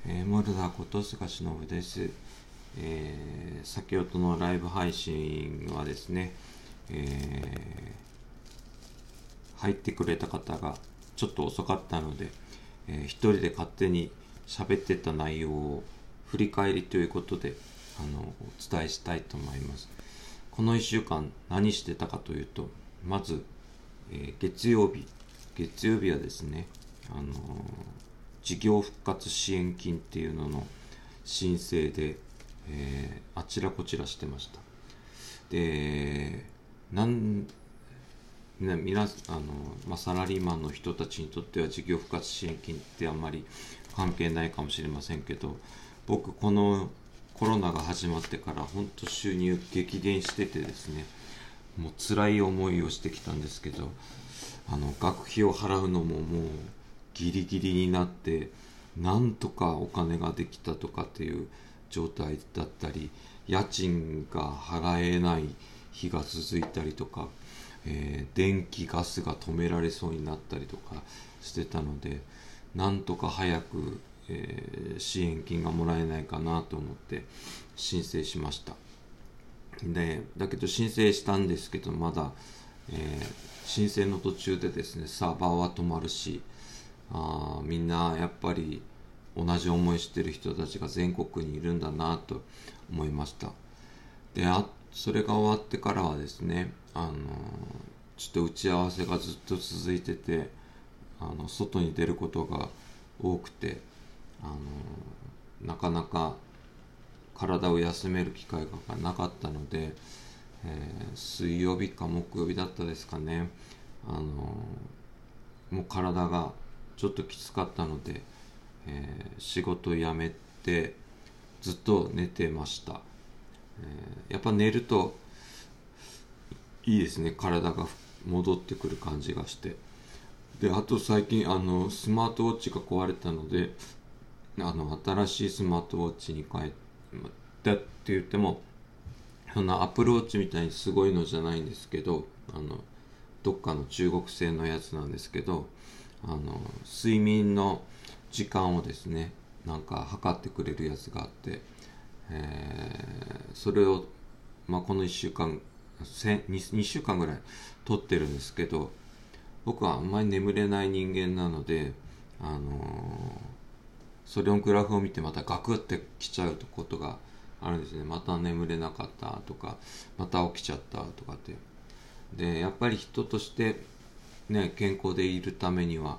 モルダこと菅忍です。先ほどのライブ配信はですね、入ってくれた方がちょっと遅かったので、一人で勝手に喋ってた内容を振り返りということでお伝えしたいと思います。この1週間何してたかというと、まず、月曜日はですね、事業復活支援金っていうのの申請で、あちらこちらしてました。で、サラリーマンの人たちにとっては事業復活支援金ってあんまり関係ないかもしれませんけど、僕このコロナが始まってから本当収入激減しててですね、もう辛い思いをしてきたんですけど、学費を払うのももうギリギリになって、なんとかお金ができたとかっていう状態だったり、家賃が払えない日が続いたりとか、電気ガスが止められそうになったりとかしてたので、なんとか早く、支援金がもらえないかなと思って申請しました。でだけど申請したんですけど、まだ、申請の途中でですね、サーバーは止まるし、みんなやっぱり同じ思いしてる人たちが全国にいるんだなと思いました。で、それが終わってからはですね、ちょっと打ち合わせがずっと続いてて、外に出ることが多くて、なかなか体を休める機会がなかったので、水曜日か木曜日だったですかね、もう体がちょっときつかったので、仕事辞めてずっと寝てました。やっぱ寝るといいですね、体が戻ってくる感じがして。で、あと最近スマートウォッチが壊れたので、新しいスマートウォッチに変えたって言っても、そんなアップルウォッチみたいにすごいのじゃないんですけど、どっかの中国製のやつなんですけど、睡眠の時間をですね、なんか測ってくれるやつがあって、それを、この1週間2週間ぐらい撮ってるんですけど、僕はあんまり眠れない人間なので、それのグラフを見てまたガクってきちゃうことがあるんですね。また眠れなかったとか、また起きちゃったとかって。で、やっぱり人としてね、健康でいるためには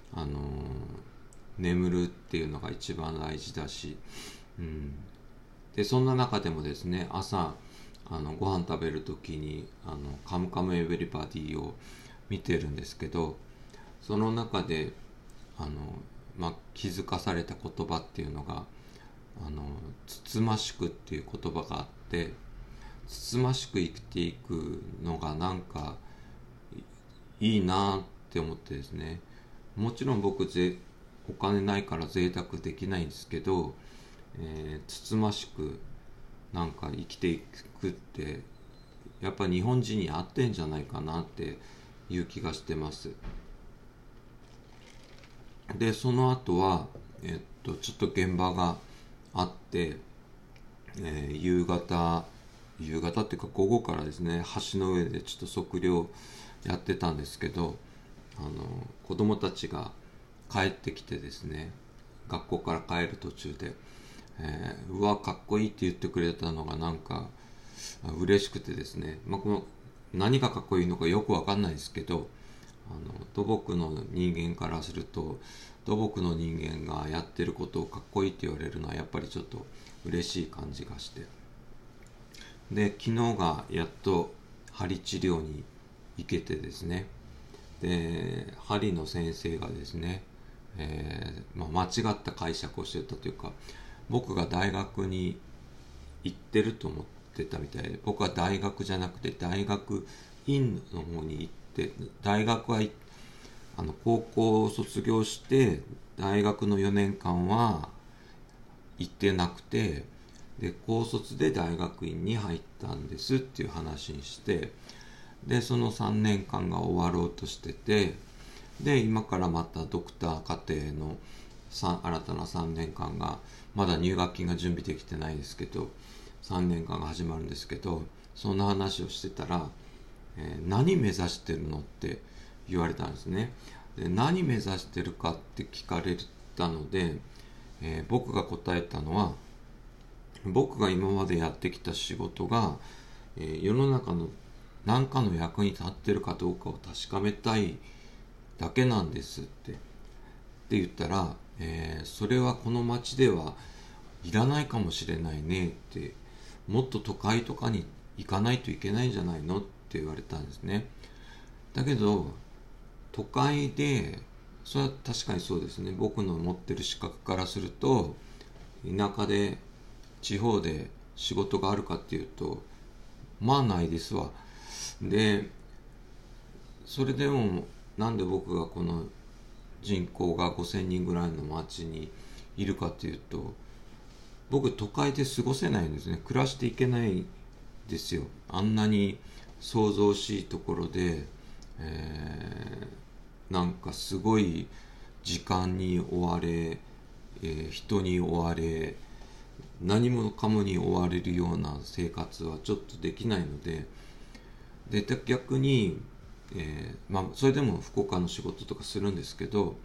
眠るっていうのが一番大事だし、でそんな中でもですね、朝ご飯食べるときにカムカムエヴリバディを見てるんですけど、その中で気づかされた言葉っていうのがつつましくっていう言葉があって、つつましく生きていくのがなんかいいなって思ってですね、もちろん僕お金ないから贅沢できないんですけど、つつましくなんか生きていくってやっぱ日本人に合ってんじゃないかなっていう気がしてます。でその後はちょっと現場があって、夕方っていうか午後からですね、橋の上でちょっと測量やってたんですけど、子供たちが帰ってきてですね、学校から帰る途中で、うわかっこいいって言ってくれたのがなんか嬉しくてですね、この何がかっこいいのかよくわかんないですけど、土木の人間からすると、土木の人間がやってることをかっこいいって言われるのはやっぱりちょっと嬉しい感じがして、で昨日がやっと針治療に行けてですね、で針の先生がですね、間違った解釈をしてたというか、僕が大学に行ってると思ってたみたいで、僕は大学じゃなくて大学院の方に行って、大学は高校を卒業して大学の4年間は行ってなくて、で高卒で大学院に入ったんですっていう話にして、でその3年間が終わろうとしてて、で今からまたドクター課程の新たな3年間が、まだ入学金が準備できてないですけど3年間が始まるんですけど、そんな話をしてたら、何目指してるのって言われたんですね。で、何目指してるかって聞かれたので、僕が答えたのは、僕が今までやってきた仕事が、世の中の何かの役に立ってるかどうかを確かめたいだけなんですって言ったら、それはこの町ではいらないかもしれないねって、もっと都会とかに行かないといけないんじゃないのって言われたんですね。だけど都会で、それは確かにそうですね、僕の持ってる資格からすると、田舎で地方で仕事があるかっていうと、まあないですわ。で、それでもなんで僕がこの人口が5000人ぐらいの町にいるかっていうと、僕都会で過ごせないんですね。暮らしていけないですよ。あんなに騒々しいところで、なんかすごい時間に追われ、人に追われ、何もかもに追われるような生活はちょっとできないので、逆に、それでも福岡の仕事とかするんですけど、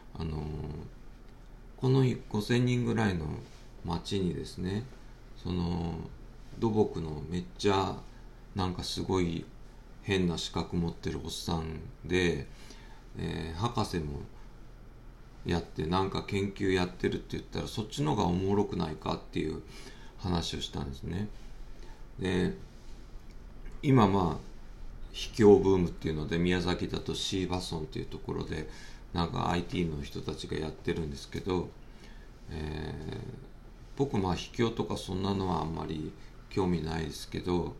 この5000人ぐらいの町にですね、その土木のめっちゃなんかすごい変な資格持ってるおっさんで、博士もやってなんか研究やってるって言ったら、そっちの方がおもろくないかっていう話をしたんですね。で、今秘境ブームっていうので、宮崎だとシーバソンっていうところでなんか IT の人たちがやってるんですけど、僕秘境とかそんなのはあんまり興味ないですけど、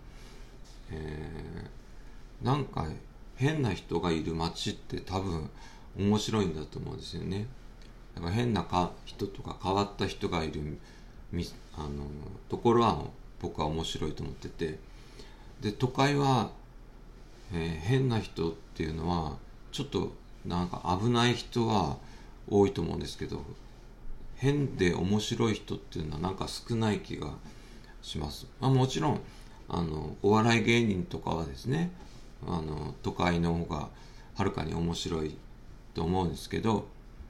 なんか変な人がいる街って多分面白いんだと思うんですよね。だから変な人とか変わった人がいるところは僕は面白いと思ってて、で都会は、変な人っていうのはちょっとなんか危ない人は多いと思うんですけど、変で面白い人っていうのはなんか少ない気がします。もちろんお笑い芸人とかはですね、都会の方がはるかに面白いと思うんですけど、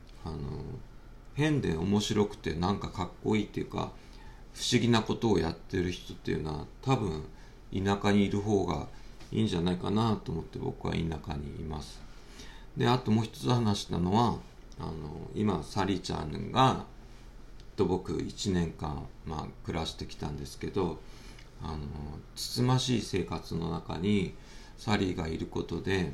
変で面白くてなんかかっこいいっていうか不思議なことをやってる人っていうのは多分田舎にいる方がいいんじゃないかなと思って僕は田舎にいます。で、あともう一つ話したのは、今サリーちゃんがと僕1年間、暮らしてきたんですけど、つつましい生活の中にサリーがいることで、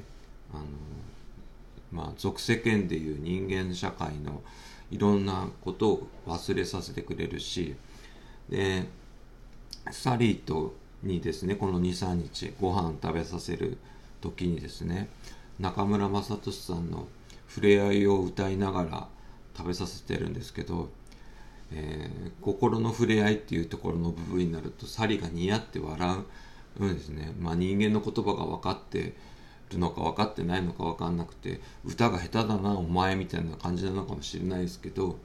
俗世間でいう人間社会のいろんなことを忘れさせてくれるし、でサリーにですね、この 2,3 日ご飯食べさせる時にですね、中村雅俊さんの触れ合いを歌いながら食べさせてるんですけど、心の触れ合いっていうところの部分になるとサリがニヤって笑うんですね。人間の言葉が分かってるのか分かってないのか分かんなくて、歌が下手だなお前みたいな感じなのかもしれないですけど、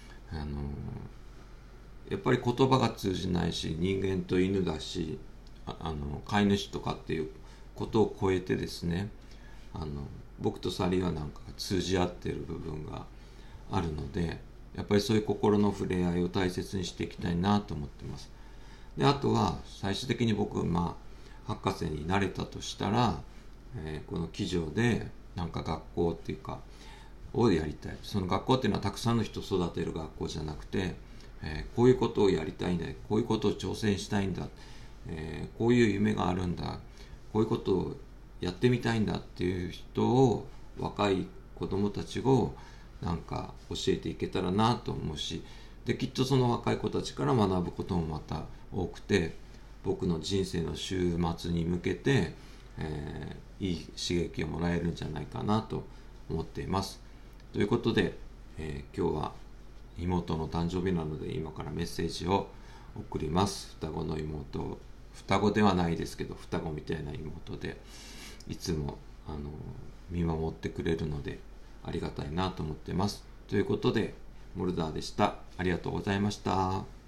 やっぱり言葉が通じないし、人間と犬だし、飼い主とかっていうことを超えてですね、僕とサリはなんか通じ合ってる部分があるので、やっぱりそういう心の触れ合いを大切にしていきたいなと思ってます。で、あとは最終的に僕博士になれたとしたら、この机上でなんか学校っていうかをやりたい。その学校っていうのはたくさんの人を育てる学校じゃなくて、こういうことをやりたいんだ、こういうことを挑戦したいんだ、こういう夢があるんだ、こういうことをやってみたいんだっていう人を、若い子供たちをなんか教えていけたらなと思うし、できっとその若い子たちから学ぶこともまた多くて、僕の人生の終末に向けて、いい刺激をもらえるんじゃないかなと思っています。ということで、今日は妹の誕生日なので今からメッセージを送ります。双子の妹、双子ではないですけど双子みたいな妹で、いつも見守ってくれるのでありがたいなと思ってます。ということで、 モルダーでした。ありがとうございました。